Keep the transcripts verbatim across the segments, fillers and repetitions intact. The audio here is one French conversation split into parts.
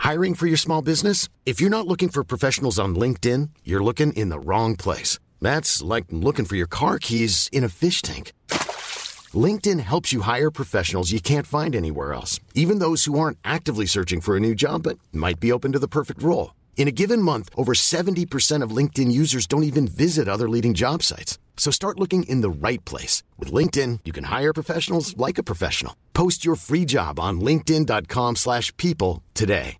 Hiring for your small business? If you're not looking for professionals on LinkedIn, you're looking in the wrong place. That's like looking for your car keys in a fish tank. LinkedIn helps you hire professionals you can't find anywhere else, even those who aren't actively searching for a new job but might be open to the perfect role. In a given month, over seventy percent of LinkedIn users don't even visit other leading job sites. So start looking in the right place. With LinkedIn, you can hire professionals like a professional. Post your free job on linkedin.com slash people today.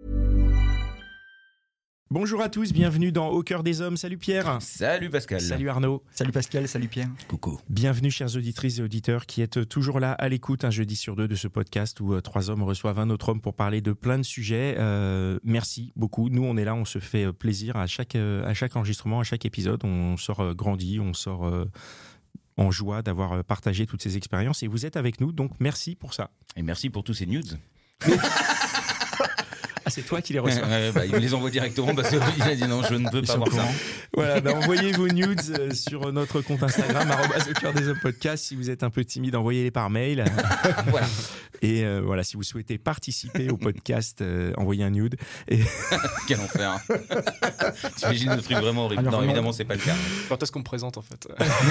Bonjour à tous, bienvenue dans Au cœur des hommes. Salut Pierre. Salut Pascal. Salut Arnaud. Salut Pascal, salut Pierre. Coucou. Bienvenue chères auditrices et auditeurs qui êtes toujours là à l'écoute un jeudi sur deux de ce podcast où euh, trois hommes reçoivent un autre homme pour parler de plein de sujets. Euh, merci beaucoup. Nous on est là, on se fait plaisir à chaque, euh, à chaque enregistrement, à chaque épisode. On sort euh, grandi, on sort euh, en joie d'avoir partagé toutes ces expériences et vous êtes avec nous, donc merci pour ça. Et merci pour tous ces nudes. Ah, c'est toi qui les reçois. euh, bah, Il me les envoie directement parce qu'il a dit non, je ne peux pas voir ça. Voilà, bah, envoyez vos nudes euh, sur notre compte Instagram, arobase au cœur des hommes podcast. Si vous êtes un peu timide, envoyez-les par mail. Voilà. Et euh, voilà, si vous souhaitez participer au podcast, euh, envoyez un nude. Et... Quel enfer. J'imagine le truc vraiment horrible. Alors, non, non, évidemment, c'est pas le cas. Quand est-ce qu'on me présente en fait?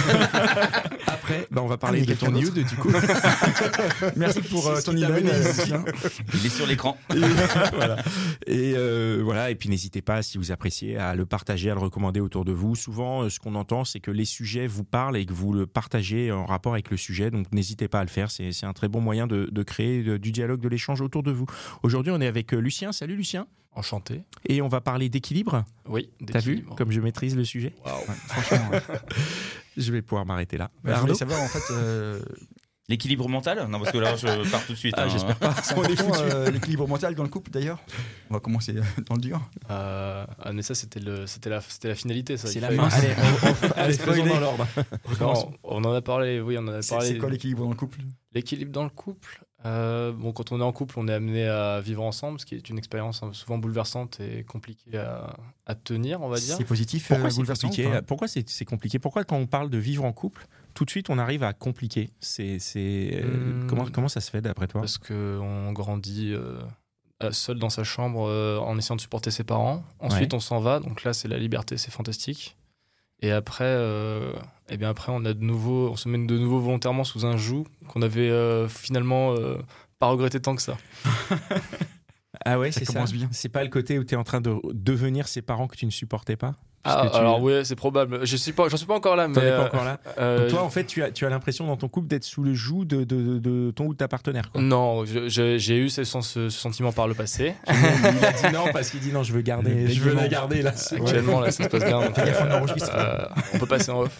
Après, bah, on va parler Ah, de ton nude du coup. Merci pour euh, C'est ce ton qui t'a email. mené euh, ici. Sylvain. Il est sur l'écran. Et, voilà. Et euh, voilà. Et puis n'hésitez pas, si vous appréciez, à le partager, à le recommander autour de vous. Souvent, euh, ce qu'on entend, c'est que les sujets vous parlent et que vous le partagez en rapport avec le sujet. Donc n'hésitez pas à le faire. C'est, c'est un très bon moyen de, de créer de, du dialogue, de l'échange autour de vous. Aujourd'hui, on est avec euh, Lucien. Salut Lucien. Enchanté. Et on va parler d'équilibre. Oui. T'as vu d'équilibre. comme je maîtrise le sujet? Waouh. Ouais, franchement, ouais. Je vais pouvoir m'arrêter là. Bah, je Arnaud voulais savoir en fait. Euh, L'équilibre mental? Non, parce que là, je pars tout de suite. Ah, hein. j'espère pas. c'est On est important, foutus. euh, l'équilibre mental dans le couple d'ailleurs. On va commencer euh, dans le dur. Euh, ah, mais ça c'était le, c'était la, c'était la finalité ça. C'est Il la fallait- fin. Allez, on, on, allez, faisons spoiler. dans l'ordre. Non, on en a parlé. Oui, on en a C'est, parlé. c'est quoi l'équilibre dans le couple? L'équilibre dans le couple. Euh, bon, quand on est en couple, on est amené à vivre ensemble, ce qui est une expérience hein, souvent bouleversante et compliquée à, à tenir, on va dire. C'est positif, Pourquoi euh, c'est bouleversant compliqué ou pas? Pourquoi c'est, c'est compliqué Pourquoi quand on parle de vivre en couple, tout de suite on arrive à compliquer c'est, c'est, euh, Hmm. comment, comment ça se fait d'après toi? Parce qu'on grandit euh, euh, seul dans sa chambre euh, en essayant de supporter ses parents. Ensuite, Ouais. on s'en va. Donc là, c'est la liberté, c'est fantastique. Et après, euh, eh bien après, on a de nouveau, on se met de nouveau volontairement sous un joug qu'on avait euh, finalement euh, pas regretté tant que ça. Ah ouais, Ça c'est ça. commence bien. C'est pas le côté où tu es en train de devenir ces parents que tu ne supportais pas? Ah, Parce que tu- alors oui, c'est probable. Je suis pas, j'en suis pas encore là, mais T'en es pas euh, encore là. euh, Donc toi, en fait, tu as, tu as l'impression dans ton couple d'être sous le joug de, de, de, de ton ou de ta partenaire, quoi. non, je- je- j'ai eu ce, sens- ce sentiment par le passé. Il a dit non parce qu'il dit non, je veux garder, Le je veux la bégaiement. garder là. Actuellement, là, ça se passe bien. donc, Fais gaffe, on euh, enregistre. euh, on peut passer en off.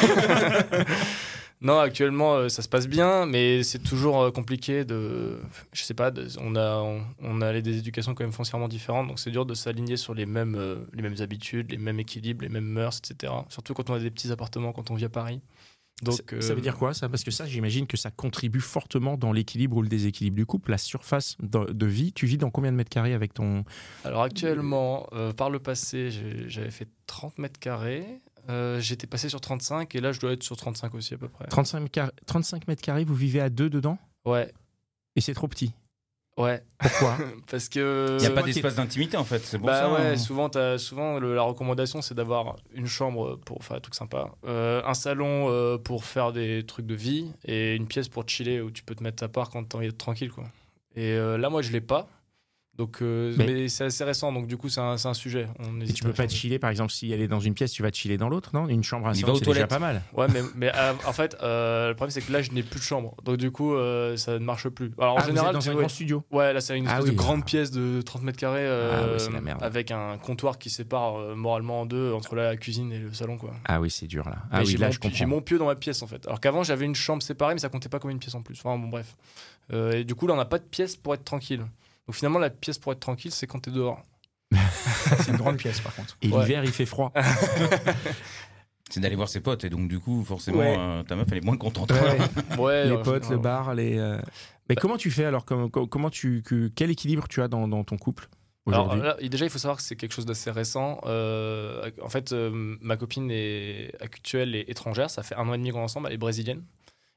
Non, actuellement, euh, ça se passe bien, mais c'est toujours euh, compliqué de. Je sais pas, de- on a, on, on a les- des éducations quand même foncièrement différentes, donc c'est dur de s'aligner sur les mêmes, euh, les mêmes habitudes, les mêmes équilibres, les mêmes mœurs, et cetera. Surtout quand on a des petits appartements, quand on vit à Paris. Donc, ça, ça veut dire quoi ça? Parce que ça, j'imagine que ça contribue fortement dans l'équilibre ou le déséquilibre du couple. La surface de, de vie, tu vis dans combien de mètres carrés avec ton... Alors actuellement, euh, par le passé, j'ai- j'avais fait trente mètres carrés. Euh, j'étais passé sur trente-cinq et là, je dois être sur trente-cinq aussi à peu près. trente-cinq, car- trente-cinq mètres carrés, vous vivez à deux dedans? Ouais, Et c'est trop petit. ouais. Pourquoi? Parce que. Il n'y a pas moi qui- d'espace d'intimité en fait. C'est pour Bah ça. ouais, hein. souvent, t'as- souvent le- la recommandation c'est d'avoir une chambre pour faire des trucs sympas, euh, un salon euh, pour faire des trucs de vie et une pièce pour chiller où tu peux te mettre à part quand t'as envie d'être tranquille quoi. Et euh, là moi je l'ai pas, donc euh, Mais- mais, c'est assez récent donc du coup c'est un, c'est un sujet. On Et hésite tu peux à pas te changer. chiller, par exemple, si elle est dans une pièce, tu vas te chiller dans l'autre, non? Une chambre à Il salon, va aux c'est déjà toilettes. pas mal. Ouais mais, mais euh, en fait euh, le problème c'est que là je n'ai plus de chambre donc du coup euh, ça ne marche plus. Alors en Ah, vous général êtes dans tu- un ouais. grand studio. Ouais, là, c'est une Ah espèce oui. de grande pièce de trente mètres carrés euh, Ah oui, c'est la merde. avec un comptoir qui sépare euh, moralement en deux entre la cuisine et le salon. Quoi. Ah oui, c'est dur là. Ah Mais oui, j'ai là mon, je pi- j'ai comprends. mon pieu dans ma pièce en fait. Alors qu'avant, j'avais une chambre séparée, mais ça comptait pas comme une pièce en plus. Enfin bon, bref. Euh, et du coup, là, on n'a pas de pièce pour être tranquille. Donc finalement, la pièce pour être tranquille, c'est quand t'es dehors. C'est une grande pièce par contre. Et Ouais. l'hiver, il fait froid. C'est d'aller voir ses potes et donc du coup forcément Ouais. euh, ta meuf elle est moins contente. Ouais, Les en potes, le général, bar, les. euh, Mais Bah- comment tu fais alors? Comment, comment tu, que- quel équilibre tu as dans, dans ton couple Alors aujourd'hui? là, déjà, il faut savoir que c'est quelque chose d'assez récent. Euh, en fait, euh, ma copine est actuelle et étrangère. Ça fait un an et demi qu'on est ensemble. Elle est brésilienne.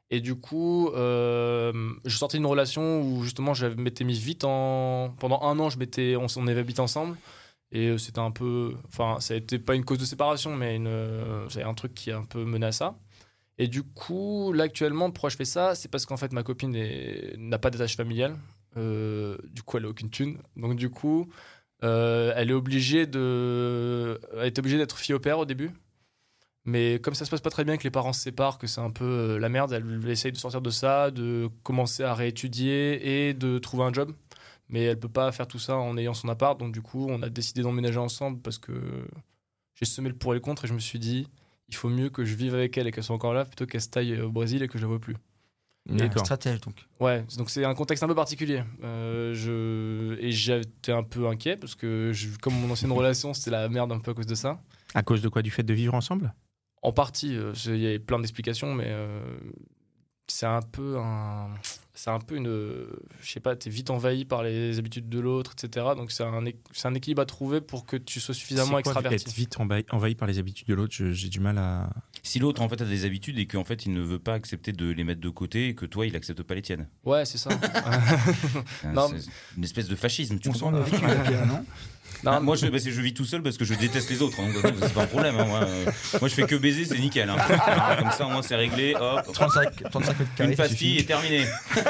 Et du coup, euh, je sortais d'une relation où justement je m'étais mis vite en. Pendant un an, je m'étais, on, on avait habité ensemble. Et c'était un peu. Enfin, ça a été pas une cause de séparation, mais une, c'est un truc qui a un peu mené à ça. Et du coup, là actuellement, pourquoi je fais ça ? C'est parce qu'en fait, ma copine est, n'a pas d'attache familiale. Euh, du coup, elle n'a aucune thune. Donc, du coup, euh, elle est obligée de. Elle est obligée d'être fille au père au début. Mais comme ça se passe pas très bien, que les parents se séparent, que c'est un peu euh, la merde, elle essaye de sortir de ça, de commencer à réétudier et de trouver un job. Mais elle peut pas faire tout ça en ayant son appart. Donc, du coup, on a décidé d'emménager ensemble parce que j'ai semé le pour et le contre et je me suis dit, il faut mieux que je vive avec elle et qu'elle soit encore là plutôt qu'elle se taille au Brésil et que je la vois plus. D'accord. Stratège donc. Ouais, donc c'est un contexte un peu particulier. Euh, je... Et j'étais un peu inquiet parce que je... comme mon ancienne relation, c'était la merde un peu à cause de ça. À cause de quoi ? Du fait de vivre ensemble ? En partie, il euh, y a plein d'explications, mais euh, c'est un peu un, c'est un peu une, je sais pas, t'es vite envahi par les habitudes de l'autre, et cetera. Donc c'est un, c'est un équilibre à trouver pour que tu sois suffisamment c'est quoi, extraverti. Être vite envahi, envahi par les habitudes de l'autre, je, j'ai du mal à. Si l'autre en fait a des habitudes et qu'en fait il ne veut pas accepter de les mettre de côté et que toi il accepte pas les tiennes. Ouais, c'est ça. Non, c'est une espèce de fascisme. Tu On s'en a vécu, non ? Non, ah, moi, je, bah, je vis tout seul parce que je déteste les autres. Hein, donc, c'est pas un problème. Hein, moi, euh, moi, je fais que baiser, c'est nickel. Hein. Alors, comme ça, moi, c'est réglé. Hop. trente-cinq, trente-cinq mètres carrés. Une pastille est terminée.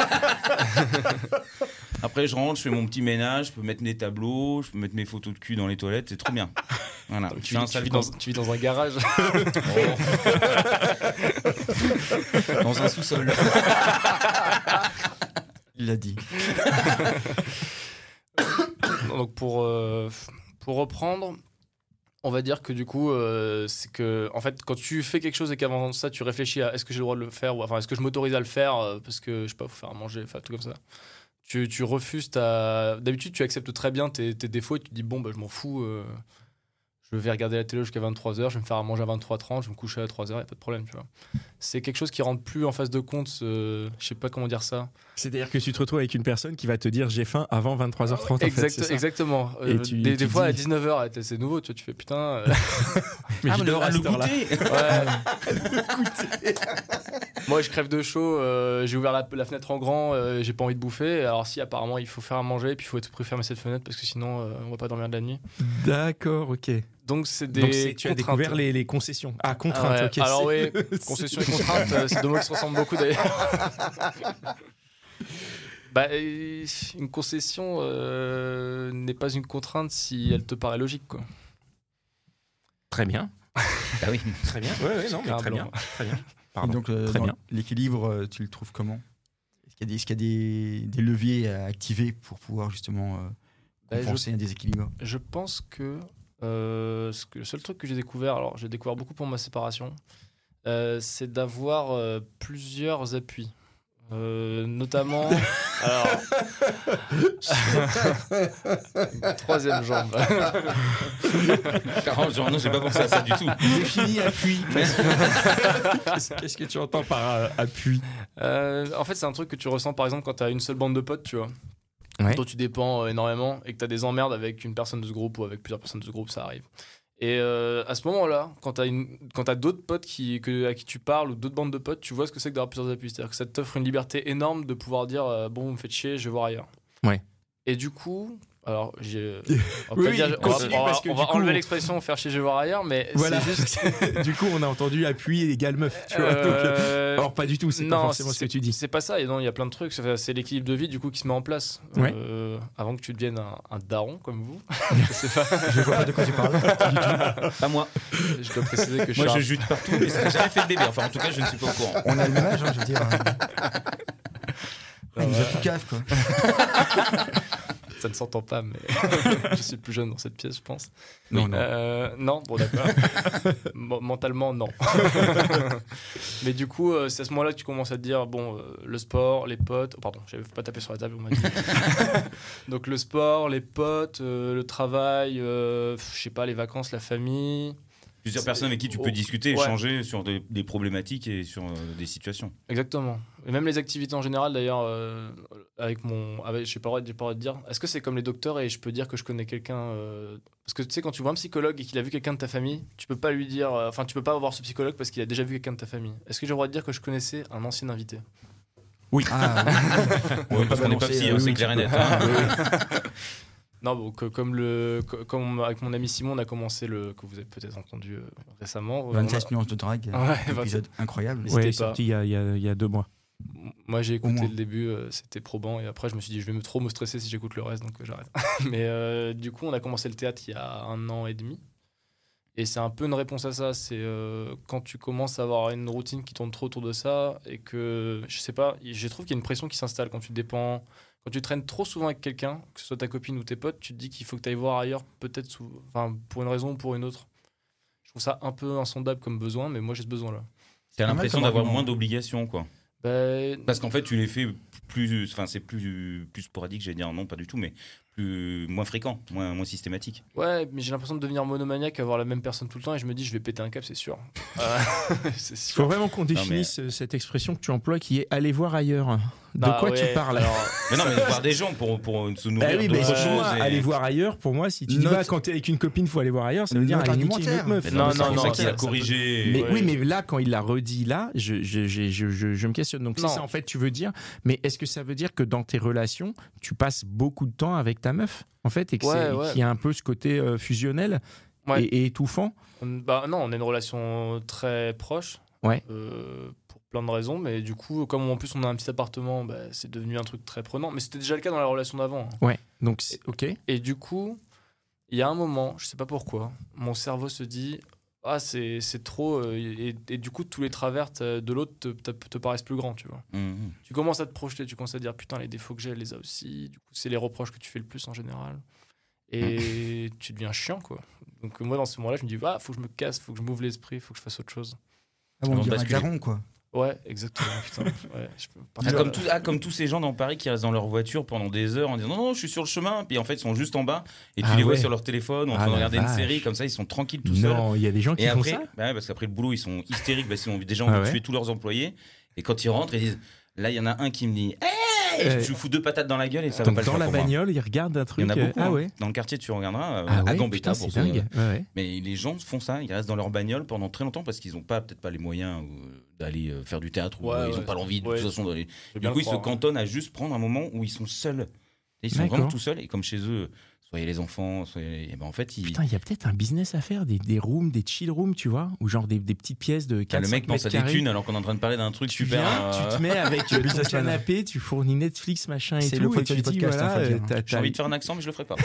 Après, je rentre, je fais mon petit ménage, je peux mettre mes tableaux, je peux mettre mes photos de cul dans les toilettes, c'est trop bien. Voilà. Tu, vis, tu, vis dans, tu vis dans un garage. Oh. Dans un sous-sol. Il l'a dit. Donc pour, euh, pour reprendre, on va dire que du coup, euh, c'est que en fait, quand tu fais quelque chose et qu'avant ça, tu réfléchis à est-ce que j'ai le droit de le faire ou enfin est-ce que je m'autorise à le faire euh, parce que je sais pas, faut faire à manger, enfin tout comme ça. Tu, tu refuses ta. D'habitude, tu acceptes très bien tes, tes défauts et tu te dis bon, bah, je m'en fous. Euh, je vais regarder la télé jusqu'à vingt-trois heures, je vais me faire à manger à vingt-trois heures trente, je vais me coucher à trois heures, il n'y a pas de problème, tu vois. C'est quelque chose qui rentre plus en face de compte, ce... je sais pas comment dire ça. C'est-à-dire que tu te retrouves avec une personne qui va te dire j'ai faim avant vingt-trois heures trente. Exact, en fait, c'est ça. Exactement. Et euh, tu, des, tu des fois dis... à dix-neuf heures, c'est nouveau, tu vois, tu fais putain. Euh... mais ah, je mais devrais le, le goûter. Ouais. Moi, je crève de chaud, euh, j'ai ouvert la, la fenêtre en grand, euh, j'ai pas envie de bouffer. Alors si, apparemment, il faut faire à manger, puis il faut être prêt à fermer cette fenêtre parce que sinon, euh, on va pas dormir de la nuit. D'accord, ok. Donc, c'est des Donc c'est, tu as contraintes. découvert les, les concessions. Ah, contraintes, ah ouais. ok. Alors c'est... oui, concessions et contraintes, euh, c'est deux mots qui se ressemblent beaucoup d'ailleurs. Bah, une concession euh, n'est pas une contrainte si elle te paraît logique, quoi. Très bien. Ah oui, très bien. Ouais, ouais, non, mais très bien, très bien. Pardon. Et donc, euh, très bien. L'équilibre, tu le trouves comment ? Est-ce qu'il y a, des, est-ce qu'il y a des, des leviers à activer pour pouvoir justement euh, compenser bah, je, un déséquilibre ? Je pense que, euh, ce que le seul truc que j'ai découvert, alors j'ai découvert beaucoup pour ma séparation, euh, c'est d'avoir euh, plusieurs appuis. Euh, notamment alors une troisième jambe. Non, genre, non, j'ai pas pensé à ça du tout. Définis appui. qu'est-ce, qu'est-ce que tu entends par euh, appui euh, En fait, c'est un truc que tu ressens par exemple quand tu as une seule bande de potes, tu vois, ouais. dont tu dépends euh, énormément et que tu as des emmerdes avec une personne de ce groupe ou avec plusieurs personnes de ce groupe, ça arrive. Et euh, à ce moment-là, quand tu as d'autres potes qui, que, à qui tu parles ou d'autres bandes de potes, tu vois ce que c'est que d'avoir plusieurs appuis. C'est-à-dire que ça t'offre une liberté énorme de pouvoir dire euh, bon, vous me faites chier, je vais voir ailleurs. Ouais. Et du coup, alors, j'ai, on oui, va, oui, dire, on va, on va, on va coup, enlever l'expression faire chier, je vais voir ailleurs, mais voilà. c'est juste. Du coup, on a entendu appui égale meuf. Tu vois, euh... donc, alors, pas du tout, c'est non, pas forcément c'est, ce que tu dis. C'est pas ça, et non, il y a plein de trucs. C'est l'équilibre de vie du coup qui se met en place. Ouais. Euh, avant que tu deviennes un, un daron comme vous. je sais pas. Je vois pas de quoi tu parles. Pas moi. Je dois préciser que je moi, suis. Moi, je jute partout, mais ça n'a jamais fait de bébé. Enfin, en tout cas, je ne suis pas au courant. On a le même âge, hein, je veux dire. Il nous a tout cave, quoi. Ça ne s'entend pas, mais je suis plus jeune dans cette pièce, je pense. Non, non. Euh, non, bon, d'accord. Mentalement, non. Mais du coup, euh, c'est à ce moment-là que tu commences à te dire, bon, euh, le sport, les potes... Oh, pardon, j'avais pas tapé sur la table, on m'a dit. Donc, le sport, les potes, euh, le travail, euh, je sais pas, les vacances, la famille... Plusieurs personnes avec qui tu peux oh, discuter, ouais. échanger sur des, des problématiques et sur euh, des situations. Exactement. Et même les activités en général, d'ailleurs, euh, avec mon, avec, j'ai pas le droit, j'ai pas le droit de dire. Est-ce que c'est comme les docteurs et je peux dire que je connais quelqu'un euh, parce que tu sais quand tu vois un psychologue et qu'il a vu quelqu'un de ta famille, tu peux pas lui dire, enfin euh, tu peux pas voir ce psychologue parce qu'il a déjà vu quelqu'un de ta famille. Est-ce que j'ai le droit de dire que je connaissais un ancien invité? Oui. Ah, Ouais, parce qu'on n'est pas psy, hein, oui, c'est oui, clair et tu net. peux. Hein. Non, donc euh, comme le, co- comme avec mon ami Simon, on a commencé le que vous avez peut-être entendu euh, récemment. vingt-sept nuances de drague, Ouais, épisode incroyable. N'hésitez Ouais, pas. sorti il y a, il y a- il y a deux mois. Moi, j'ai écouté moins. le début, euh, c'était probant, et après, je me suis dit, je vais me trop me stresser si j'écoute le reste, donc euh, j'arrête. Mais euh, du coup, on a commencé le théâtre il y a un an et demi, et c'est un peu une réponse à ça. C'est euh, quand tu commences à avoir une routine qui tourne trop autour de ça, et que, je sais pas, je trouve qu'il y a une pression qui s'installe quand tu dépends, quand tu traînes trop souvent avec quelqu'un, que ce soit ta copine ou tes potes, tu te dis qu'il faut que tu ailles voir ailleurs, peut-être sous, enfin, pour une raison ou pour une autre. Je trouve ça un peu insondable comme besoin, mais moi, j'ai ce besoin-là. T'as mal l'impression comme d'avoir argument. moins d'obligations, quoi. Ben, Parce qu'en fait, tu les fais plus, enfin, c'est plus, plus sporadique, j'allais dire, non, pas du tout, mais plus, moins fréquent, moins, moins systématique. ouais, mais j'ai l'impression de devenir monomaniaque, avoir la même personne tout le temps, et je me dis, je vais péter un câble, c'est sûr. Euh, c'est Il sûr. faut vraiment qu'on mais- définisse euh, cette expression que tu emploies qui est aller voir ailleurs. De Bah quoi ouais, tu parles? alors, Mais non, mais voir des gens pour, pour se Bah nourrir oui, mais d'autres excuse-moi, choses. et- aller voir ailleurs, pour moi, si tu dis Note- bah, quand t'es avec une copine, faut aller voir ailleurs, ça veut dire Note aller niquer une argumentaire. autre meuf. Mais Non, non, c'est non, pour non, ça qu'il ça- a corrigé. Mais Ouais. oui, mais là, quand il l'a redit là, je, je, je, je, je, je me questionne. Donc, c'est Non. ça, en fait, tu veux dire. Mais est-ce que ça veut dire que dans tes relations, tu passes beaucoup de temps avec ta meuf, en fait, et que Ouais, c'est- ouais. qu'il y a un peu ce côté euh, fusionnel Ouais. et, et étouffant? on- bah, non, on a une relation très proche. Ouais. euh, pour plein de raisons, mais du coup, comme en plus on a un petit appartement, bah, c'est devenu un truc très prenant. Mais c'était déjà le cas dans la relation d'avant. hein. Ouais. Donc, c'est- ok. Et du coup, il y a un moment, je sais pas pourquoi, mon cerveau se dit ah c'est c'est trop euh, et, et du coup tous les travers euh, de l'autre te, te, te paraissent plus grands, tu vois. Mhm. Tu commences à te projeter, tu commences à dire putain les défauts que j'ai elle les a aussi. Du coup c'est les reproches que tu fais le plus en général. Et tu deviens chiant quoi. Donc moi dans ce moment-là je me dis ah faut que je me casse, faut que je m'ouvre l'esprit, faut que je fasse autre chose. Ah bon, on Avant de dirait un basculer. daron, quoi. Ouais exactement putain. Ouais, je peux Ah, partir comme, là. tous- ah, comme tous ces gens dans Paris qui restent dans leur voiture pendant des heures en disant non, non, je suis sur le chemin, puis en fait ils sont juste en bas et tu Ah les vois ouais. sur leur téléphone en Ah, train de la regarder une vache. série, comme ça ils sont tranquilles tout seuls. Non, il y a des gens qui Et font après, ça. bah ouais, parce qu'après le boulot ils sont hystériques, parce qu'ils ont déjà Ah envie de ouais. tuer tous leurs employés. Et quand ils rentrent, ils disent là il y en a un qui me dit hey Euh, je lui fous deux patates dans la gueule et ça Donc, va pas dans le la faire pour moi. bagnole, ils regardent un Il truc. y en a euh, beaucoup. ah hein. ouais. Dans le quartier, tu regarderas euh, Ah à ouais, Gambetta putain, c'est pour ceux- dingue. Ouais, ouais. Mais les gens font ça, ils restent dans leur bagnole pendant très longtemps parce qu'ils n'ont pas peut-être pas les moyens euh, d'aller euh, faire du théâtre ou Ouais, euh, ils ouais. n'ont pas l'envie de Ouais. toute façon d'aller. Je veux Du bien coup, le ils se croire, hein. cantonnent à juste prendre un moment où ils sont seuls. Et ils sont D'accord. vraiment tout seuls et comme chez eux, soyez les enfants, soyez... et ben en fait, ils... Putain, il y a peut-être un business à faire, des, des rooms, des chill rooms, tu vois, ou genre des, des petites pièces de Ah, quatre le mec pense à des thunes alors qu'on est en train de parler d'un truc Tu super. viens, euh, tu te mets avec euh, ton businessman. canapé, tu fournis Netflix, machin et C'est tout, le et podcast tu du dis, podcast, voilà, hein, faut le euh, dire. t'as- J'ai t'as- envie de faire un accent, mais je le ferai pas.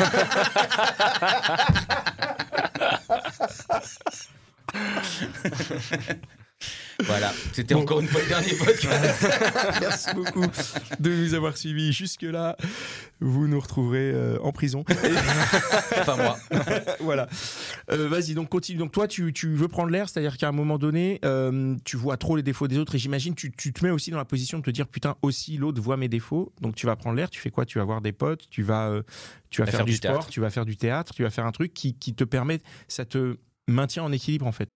Voilà, c'était Bon. encore une fois le dernier podcast. Merci beaucoup de nous avoir suivis jusque-là. Vous nous retrouverez euh, en prison. Enfin, moi. Voilà. Euh, vas-y, donc continue. Donc toi, tu, tu veux prendre l'air, c'est-à-dire qu'à un moment donné, euh, tu vois trop les défauts des autres et j'imagine tu, tu te mets aussi dans la position de te dire putain, aussi l'autre voit mes défauts. Donc tu vas prendre l'air, tu fais quoi? Tu vas voir des potes, tu vas, euh, tu vas faire, faire du du sport, théâtre. tu vas faire du théâtre, tu vas faire un truc qui, qui te permet, ça te maintient en équilibre en fait.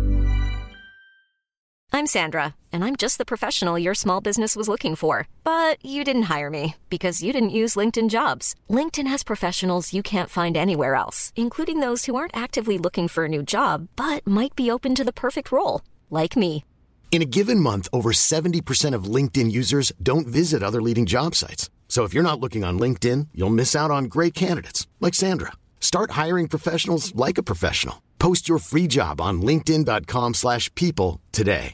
I'm Sandra, and I'm just the professional your small business was looking for. But you didn't hire me because you didn't use LinkedIn Jobs. LinkedIn has professionals you can't find anywhere else, including those who aren't actively looking for a new job, but might be open to the perfect role, like me. In a given month, over seventy percent of LinkedIn users don't visit other leading job sites. So if you're not looking on LinkedIn, you'll miss out on great candidates like Sandra. Start hiring professionals like a professional. Post your free job on linkedin.com slash people today.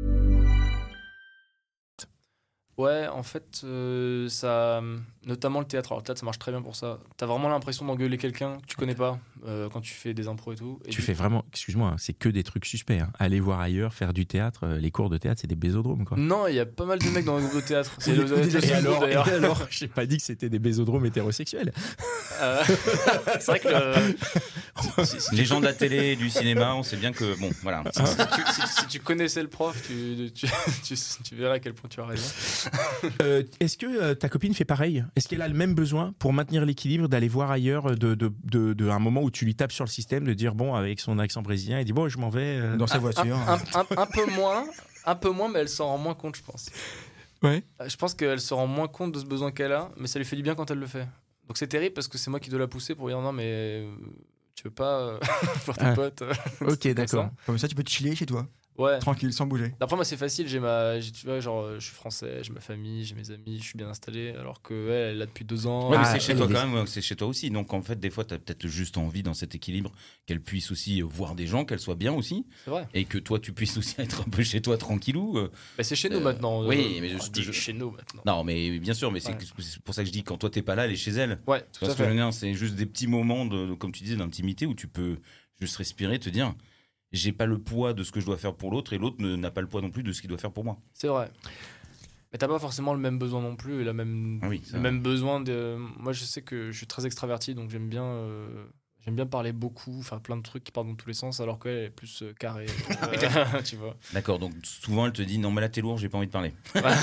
Ouais, en fait, euh, ça, notamment le théâtre. Alors, le théâtre, ça marche très bien pour ça. T'as vraiment l'impression d'engueuler quelqu'un que tu connais pas euh, quand tu fais des impros et tout. Et Tu du- fais vraiment, excuse-moi, hein, c'est que des trucs suspects. Hein. Aller voir ailleurs, faire du théâtre, euh, les cours de théâtre, c'est des bésodromes quoi. Non, il y a pas mal de mecs dans le groupe de théâtre. C'est le, le- Et le seul groupe, alors, d'ailleurs. et alors, j'ai pas dit que c'était des bésodromes hétérosexuels. Euh, c'est vrai que le- si, si, les gens de la télé, du cinéma, on sait bien que bon, voilà. Si, si, tu, si, si tu connaissais le prof, tu, tu, tu, tu verrais à quel point tu as raison. Euh, est-ce que euh, ta copine fait pareil ? Est-ce qu'elle a le même besoin pour maintenir l'équilibre d'aller voir ailleurs, de, de, de, de un moment où tu lui tapes sur le système, de dire bon, avec son accent brésilien, elle dit bon, je m'en vais euh... dans sa voiture. Un, un, un, un peu moins, un peu moins, mais elle s'en rend moins compte, je pense. Ouais. Je pense qu'elle se rend moins compte de ce besoin qu'elle a, mais ça lui fait du bien quand elle le fait. Donc c'est terrible parce que c'est moi qui dois la pousser pour dire non, mais tu veux pas pour tes ah. potes. Ok, d'accord. Ça. Comme ça, tu peux te chiller chez toi. Ouais. Tranquille, sans bouger. Après, moi, c'est facile. J'ai ma, j'ai, tu vois, genre, je suis français, j'ai ma famille, j'ai mes amis, je suis bien installé. Alors que elle, elle l'a depuis deux ans. Ouais, mais ah, c'est chez toi quand même, c'est chez toi aussi. Donc en fait, des fois, t'as peut-être juste envie dans cet équilibre qu'elle puisse aussi voir des gens, qu'elle soit bien aussi. C'est vrai. Et que toi, tu puisses aussi être un peu chez toi tranquillou. Bah, c'est chez nous euh, maintenant. Oui, euh, mais je, je, chez nous maintenant. Non, mais bien sûr, mais c'est, ouais. c'est pour ça que je dis quand toi t'es pas là, elle est chez elle. Ouais, tout Parce à fait. que c'est juste des petits moments de, comme tu disais, d'intimité où tu peux juste respirer, te dire. J'ai pas le poids de ce que je dois faire pour l'autre et l'autre ne, n'a pas le poids non plus de ce qu'il doit faire pour moi. C'est vrai. Mais t'as pas forcément le même besoin non plus et la même, ah oui, le même besoin de. Moi, je sais que je suis très extraverti, donc j'aime bien, euh, j'aime bien parler beaucoup, faire plein de trucs qui partent dans tous les sens, alors qu'elle est plus euh, carrée. euh, tu vois. D'accord. Donc souvent elle te dit non mais là t'es lourd, j'ai pas envie de parler.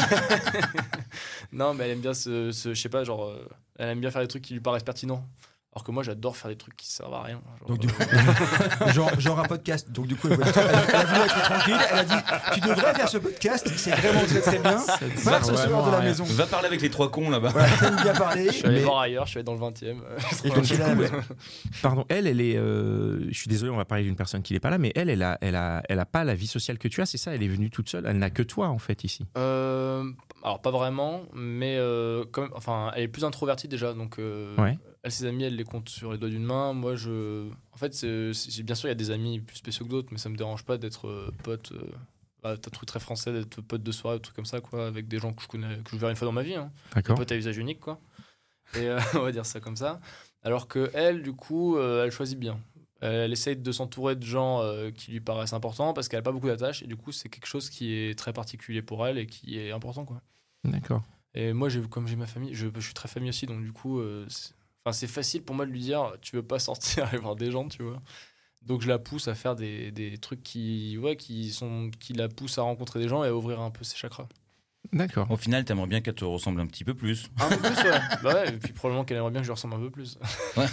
Non, mais elle aime bien ce, ce je sais pas, genre, euh, elle aime bien faire des trucs qui lui paraissent pertinents. Alors que moi, j'adore faire des trucs qui servent à rien. Genre, Donc, du coup, genre, genre un podcast. Donc, du coup, elle, être, elle, elle a voulu être tranquille. Elle a dit tu devrais faire ce podcast, c'est vraiment très très bien. Va ce soir de la maison. Va parler avec les trois cons là-bas. Ouais, t'aimes bien parler. Je suis allé mais... voir ailleurs, je suis allé dans le vingtième. Et donc, du coup, pardon, elle, elle est. Euh, je suis désolé, on va parler d'une personne qui n'est pas là, mais elle, elle a, elle, a, elle a pas la vie sociale que tu as, c'est ça ? Elle est venue toute seule. Elle n'a que toi, en fait, ici. Euh, alors, pas vraiment, mais euh, quand même, enfin, elle est plus introvertie déjà. Donc, euh, ouais. Elle, ses amis, elle les compte sur les doigts d'une main. Moi, je. En fait, c'est, c'est, bien sûr, il y a des amis plus spéciaux que d'autres, mais ça me dérange pas d'être euh, pote. Euh, bah, t'as un truc très français, d'être pote de soirée, un truc comme ça, quoi, avec des gens que je connais, que je verrai une fois dans ma vie. Hein. D'accord. Des potes à usage unique, quoi. Et euh, on va dire ça comme ça. Alors que elle, du coup, euh, elle choisit bien. Elle essaye de s'entourer de gens euh, qui lui paraissent importants parce qu'elle n'a pas beaucoup d'attaches. Et du coup, c'est quelque chose qui est très particulier pour elle et qui est important, quoi. D'accord. Et moi, j'ai, comme j'ai ma famille, je, je suis très famille aussi, donc du coup. Euh, c'est... Enfin, c'est facile pour moi de lui dire tu veux pas sortir et voir des gens, tu vois. Donc je la pousse à faire des, des trucs qui, ouais, qui, sont, qui la poussent à rencontrer des gens et à ouvrir un peu ses chakras. D'accord. Au final, t'aimerais bien qu'elle te ressemble un petit peu plus. Un peu plus, ouais. Bah ouais, et puis probablement qu'elle aimerait bien que je lui ressemble un peu plus. Ouais.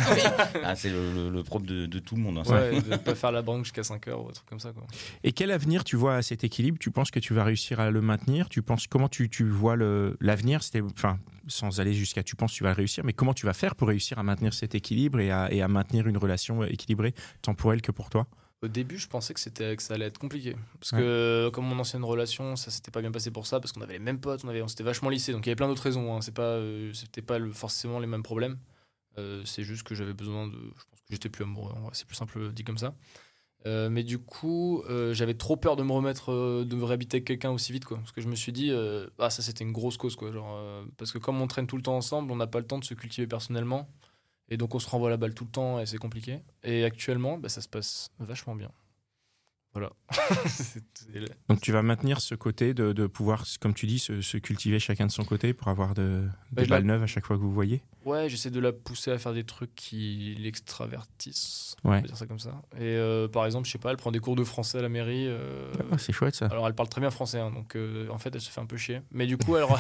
Ah, c'est le, le, le propre de, de tout le monde. Hein, ouais, de pas faire la banque jusqu'à cinq heures ou un truc comme ça, quoi. Et quel avenir tu vois à cet équilibre ? Tu penses que tu vas réussir à le maintenir ? Tu penses comment tu, tu vois le, l'avenir ? C'était, enfin, sans aller jusqu'à tu penses que tu vas le réussir, mais comment tu vas faire pour réussir à maintenir cet équilibre et à, et à maintenir une relation équilibrée, tant pour elle que pour toi ? Au début, je pensais que, c'était, que ça allait être compliqué. Parce ouais. que, comme mon ancienne relation, ça s'était pas bien passé pour ça, parce qu'on avait les mêmes potes, on, avait, on s'était vachement lissés. Donc il y avait plein d'autres raisons. Hein. C'est pas, euh, c'était pas le, forcément les mêmes problèmes. Euh, c'est juste que j'avais besoin de. Je pense que j'étais plus amoureux. Ouais, c'est plus simple dit comme ça. Euh, mais du coup, euh, j'avais trop peur de me remettre, euh, de me réhabiter avec quelqu'un aussi vite, quoi. Parce que je me suis dit, euh, ah, ça c'était une grosse cause, quoi. Genre, euh, parce que comme on traîne tout le temps ensemble, on n'a pas le temps de se cultiver personnellement. Et donc on se renvoie la balle tout le temps et c'est compliqué. Et actuellement, bah, ça se passe vachement bien. Voilà. Donc tu vas maintenir ce côté de, de pouvoir, comme tu dis, se, se cultiver chacun de son côté pour avoir de, bah, des balles la... neuves à chaque fois que vous voyez. Ouais, j'essaie de la pousser à faire des trucs qui l'extravertissent. Ouais. On va dire ça comme ça. Et euh, par exemple, je sais pas, elle prend des cours de français à la mairie. Euh... Ah, c'est chouette ça. Alors elle parle très bien français, hein, donc euh, en fait elle se fait un peu chier. Mais du coup, elle.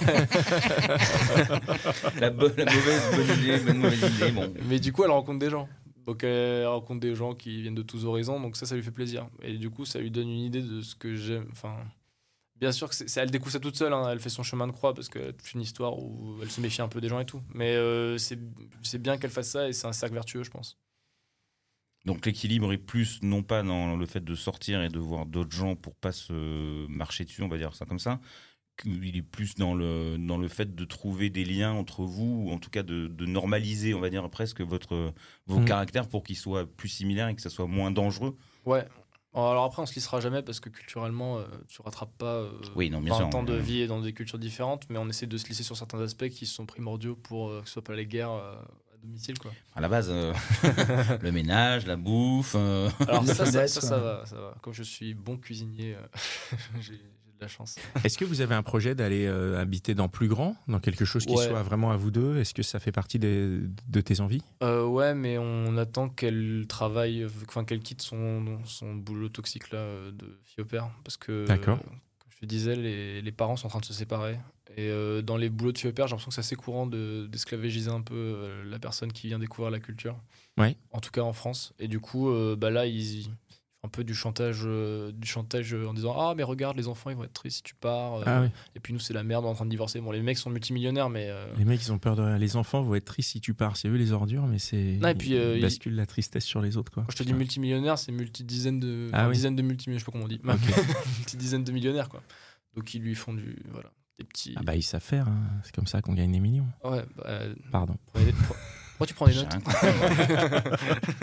la, bo- la mauvaise bonne idée, bonne mauvaise idée. Bon. Mais du coup, elle rencontre des gens. Donc elle rencontre des gens qui viennent de tous horizons, donc ça, ça lui fait plaisir. Et du coup, ça lui donne une idée de ce que j'aime. Enfin, bien sûr que c'est, c'est, elle découvre ça toute seule, hein, elle fait son chemin de croix parce que toute une histoire où elle se méfie un peu des gens et tout. Mais euh, c'est, c'est bien qu'elle fasse ça et c'est un cercle vertueux, je pense. Donc l'équilibre est plus, non pas dans le fait de sortir et de voir d'autres gens pour pas se marcher dessus, on va dire ça comme ça, il est plus dans le, dans le fait de trouver des liens entre vous, ou en tout cas de, de normaliser, on va dire presque, votre, vos mmh. caractères pour qu'ils soient plus similaires et que ça soit moins dangereux. Ouais. Alors après, on se lissera jamais parce que culturellement, euh, tu rattrapes pas euh, oui, non, bien vingt sûr, ans de ouais. vie et dans des cultures différentes, mais on essaie de se lisser sur certains aspects qui sont primordiaux pour euh, que ce soit pas les guerres euh, à domicile, quoi. À la base, euh, le ménage, la bouffe... Euh... Alors ça, ça, ça, ça va, ça va. Comme je suis bon cuisinier, euh, j'ai... de la chance. Est-ce que vous avez un projet d'aller euh, habiter dans plus grand, dans quelque chose qui Ouais. soit vraiment à vous deux? Est-ce que ça fait partie des, de tes envies? Euh, ouais, mais on attend qu'elle travaille, enfin qu'elle quitte son, son boulot toxique là euh, de fille au père, parce que D'accord. euh, comme je te disais, les, les parents sont en train de se séparer. Et euh, dans les boulots de fille au père, j'ai l'impression que c'est assez courant de, d'esclavagiser un peu euh, la personne qui vient découvrir la culture. Ouais. En tout cas en France. Et du coup, euh, bah là, ils, ils font un peu du chantage, euh, du chantage en disant ah mais regarde, les enfants ils vont être tristes si tu pars. euh, Ah oui. Et puis nous c'est la merde, on est en train de divorcer. Bon, les mecs sont multimillionnaires, mais euh, Les mecs, ils ont peur de rien. Les enfants vont être tristes si tu pars. C'est eux les ordures, mais c'est. Non, et puis, euh, ils ils- basculent la tristesse sur les autres, quoi. quand je te dis multimillionnaire, c'est multi-dizaines de, Ah enfin, oui. dizaines de multimillionnaires, je sais pas comment on dit, multi-dizaines de millionnaires quoi. Donc ils lui font du, voilà, des petits. Ah bah, ils savent faire. hein. C'est comme ça qu'on gagne des millions. Ouais, bah, euh, Pardon. prenez des- pre- pourquoi tu prends des J'ai notes rien compris.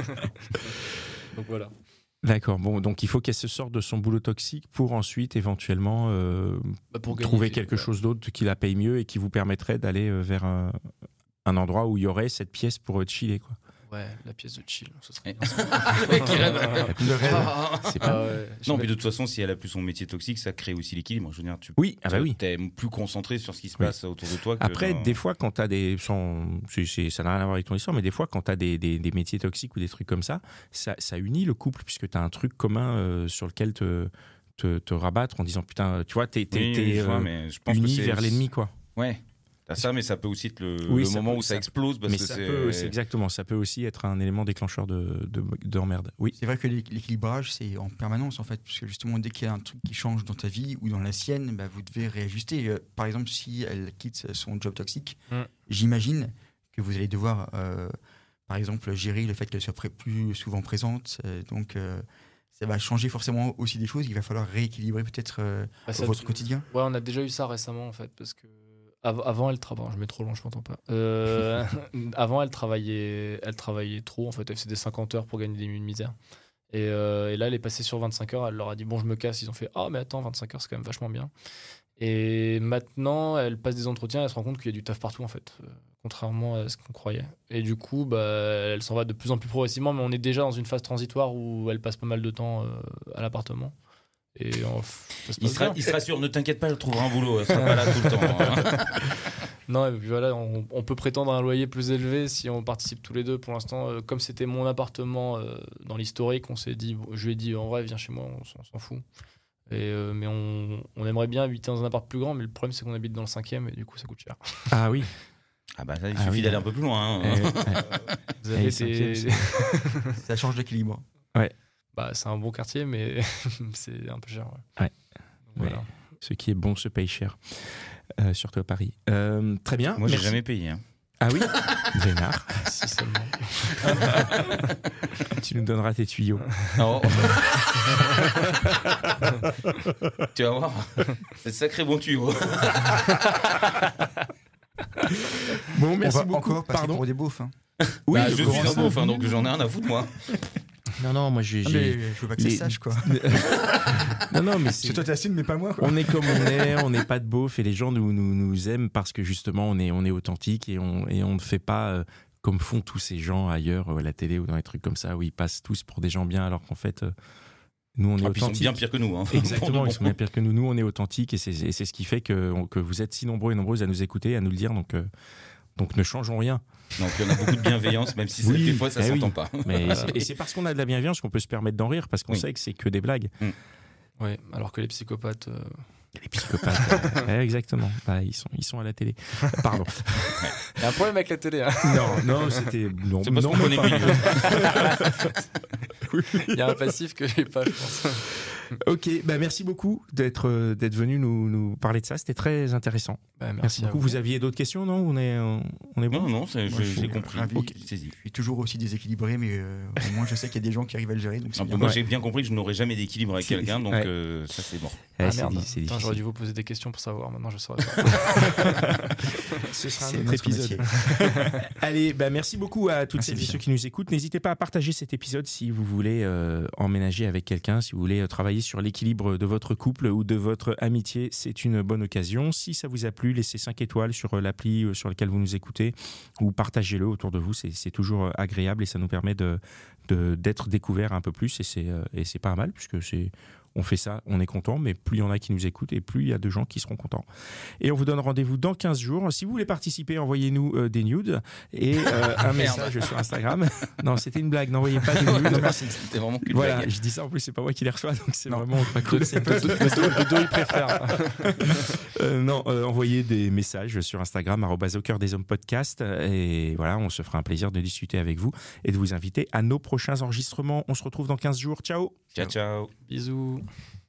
Donc voilà. D'accord. Bon, donc il faut qu'elle se sorte de son boulot toxique pour ensuite éventuellement euh, Bah, pour gagner trouver des- quelque voilà. chose d'autre qui la paye mieux et qui vous permettrait d'aller euh, vers un, un endroit où il y aurait cette pièce pour euh, chiller, quoi. Ouais, la pièce de chill. Ce serait Eh. bien, ça. Le mec, il rêve. Le rêve. C'est Ah pas. ouais, je Non, mets- mais de toute façon, si elle a plus son métier toxique, ça crée aussi l'équilibre. Je veux dire, tu Oui, ah bah oui. es plus concentré sur ce qui se Oui. passe autour de toi. Que Après, dans- des fois, quand tu as des. sans- c'est- c'est- ça n'a rien à voir avec ton histoire, mais des fois, quand tu as des, des, des métiers toxiques ou des trucs comme ça, ça, ça unit le couple, puisque tu as un truc commun euh, sur lequel te, te, te rabattre en disant putain, tu vois, t'es, t'es, Oui, t'es, je vois, euh, mais je pense que uni c'est vers l'ennemi, quoi. Ouais. T'as ça, mais ça peut aussi être le, Oui, le ça moment peut- où ça, ça- explose parce Mais que ça c'est. peut, c'est exactement, ça peut aussi être un élément déclencheur de, de, d'emmerde. Oui. C'est vrai que l'équ- l'équilibrage, c'est en permanence, en fait, parce que justement, dès qu'il y a un truc qui change dans ta vie ou dans la sienne, bah, vous devez réajuster. Euh, Par exemple, si elle quitte son job toxique, Mm. j'imagine que vous allez devoir, euh, par exemple, gérer le fait qu'elle soit pré- plus souvent présente. Euh, donc, euh, ça va changer forcément aussi des choses. Il va falloir rééquilibrer peut-être euh, Bah, ça- votre quotidien. Ouais, on a déjà eu ça récemment en fait, parce que av- avant elle travaillait, je mets trop loin, je m'entends pas. Euh, avant elle travaillait, elle travaillait trop en fait, elle faisait des cinquante heures pour gagner des nuits de misère. Et, euh, et là elle est passée sur vingt-cinq heures, elle leur a dit bon je me casse, ils ont fait ah mais attends vingt-cinq heures c'est quand même vachement bien. Et maintenant elle passe des entretiens, elle se rend compte qu'il y a du taf partout en fait, euh, contrairement à ce qu'on croyait. Et du coup bah, elle s'en va de plus en plus progressivement, mais on est déjà dans une phase transitoire où elle passe pas mal de temps euh, à l'appartement. Et on- ça se Il passe sera, bien. il sera sûr, ne t'inquiète pas, elle trouvera un boulot. Elle sera pas là tout le temps. hein. Non, et puis voilà, on, on peut prétendre à un loyer plus élevé si on participe tous les deux. Pour l'instant, euh, comme c'était mon appartement euh, dans l'historique, on s'est dit, je lui ai dit en vrai, viens chez moi, on, s'en- on s'en fout. Et, euh, mais on, on aimerait bien habiter dans un appart plus grand, mais le problème c'est qu'on habite dans le cinquième et du coup ça coûte cher. Ah oui. Ah bah ça, il Ah suffit oui. d'aller un peu plus loin. hein. Eh, eh. Vous Et avez le cinquième, des- c'est- Ça change l'équilibre. bah, c'est un bon quartier, mais c'est un peu cher. Ouais. Ouais. Donc, voilà. Ce qui est bon se paye cher, euh, surtout à Paris. Euh, très bien. Moi, j'ai merci. jamais payé. hein. Ah oui. Vénard. Si seulement. Tu nous donneras tes tuyaux. Oh. Tu vas voir. C'est sacré bon tuyau. Bon, merci On va beaucoup. encore passer Pardon. pour des beaufs. Hein. Oui, Bah, je je comprends suis un ça. beauf, hein, donc j'en ai rien à foutre, moi. Non, non, moi j'ai. Ah, j'ai- mais je veux pas que ça les- se sache, quoi. non, non, mais Parce c'est. que toi, t'assumes, mais pas moi, quoi. On est comme on est, on n'est pas de beauf et les gens nous, nous, nous aiment parce que justement on est, on est authentique et on, et on ne fait pas euh, comme font tous ces gens ailleurs euh, à la télé ou dans les trucs comme ça où ils passent tous pour des gens bien alors qu'en fait euh, nous on est Ah, puis ils sont authentique. bien pires que nous. Hein. Exactement, Pour de ils sont bon. bien pires que nous. Nous on est authentique et c'est, et c'est ce qui fait que, que vous êtes si nombreux et nombreuses à nous écouter, à nous le dire. Donc, euh, donc ne changeons rien. Donc on a beaucoup de bienveillance, même si ça, Oui, des fois ça eh s'entend oui. pas. Mais c'est- et c'est parce qu'on a de la bienveillance qu'on peut se permettre d'en rire parce qu'on Oui. sait que c'est que des blagues. Ouais, alors que les psychopathes. euh, Les psychopathes. euh, exactement. Bah, ils, sont, ils sont à la télé. Pardon. Il y a un problème avec la télé. Hein. Non, non, c'était. Non, C'est parce non, qu'on même connaît pas. Guillaume. Il y a un passif que j'ai pas, je pense. Ok, bah merci beaucoup d'être euh, d'être venu nous, nous parler de ça. C'était très intéressant. Bah, merci, Merci à beaucoup. vous. Vous aviez d'autres questions, non On est euh, on est bon. Non, non, c'est- Moi, j'ai je suis j'ai compris. ravi. Ok, saisi. Je suis toujours aussi déséquilibré, mais euh, au moins, je sais qu'il y a des gens qui arrivent à le gérer. Donc c'est Non, bien. moi Ouais. j'ai bien compris que je n'aurais jamais d'équilibre avec C'est- quelqu'un, donc ouais. euh, ça c'est mort. Eh, Ah, c'est merde. di- c'est Putain, difficile. j'aurais dû vous poser des questions pour savoir. Maintenant, je saurais. Ce sera un C'est autre notre épisode. métier. Allez, bah merci beaucoup à toutes Merci celles et bien. ceux qui nous écoutent. N'hésitez pas à partager cet épisode si vous voulez euh, emménager avec quelqu'un, si vous voulez euh, travailler sur l'équilibre de votre couple ou de votre amitié. C'est une bonne occasion. Si ça vous a plu, laissez cinq étoiles sur euh, l'appli euh, sur laquelle vous nous écoutez ou partagez-le autour de vous. C'est, c'est toujours euh, agréable et ça nous permet de, de, d'être découverts un peu plus et c'est, euh, et c'est pas mal puisque c'est On fait ça, on est content, mais plus il y en a qui nous écoutent et plus il y a de gens qui seront contents. Et on vous donne rendez-vous dans quinze jours. Si vous voulez participer, envoyez-nous euh, des nudes et euh, un message sur Instagram. Non, c'était une blague, n'envoyez pas de nudes. Non, merci, c'était vraiment qu'une Voilà, blague. je dis ça en plus, c'est pas moi qui les reçois, donc c'est Non. vraiment pas cool. C'est plutôt plutôt il préfère. Euh, non, euh, envoyez des messages sur Instagram, arobase au cœur des hommes podcast. Et voilà, on se fera un plaisir de discuter avec vous et de vous inviter à nos prochains enregistrements. On se retrouve dans quinze jours. Ciao! Ciao, ciao. Bisous.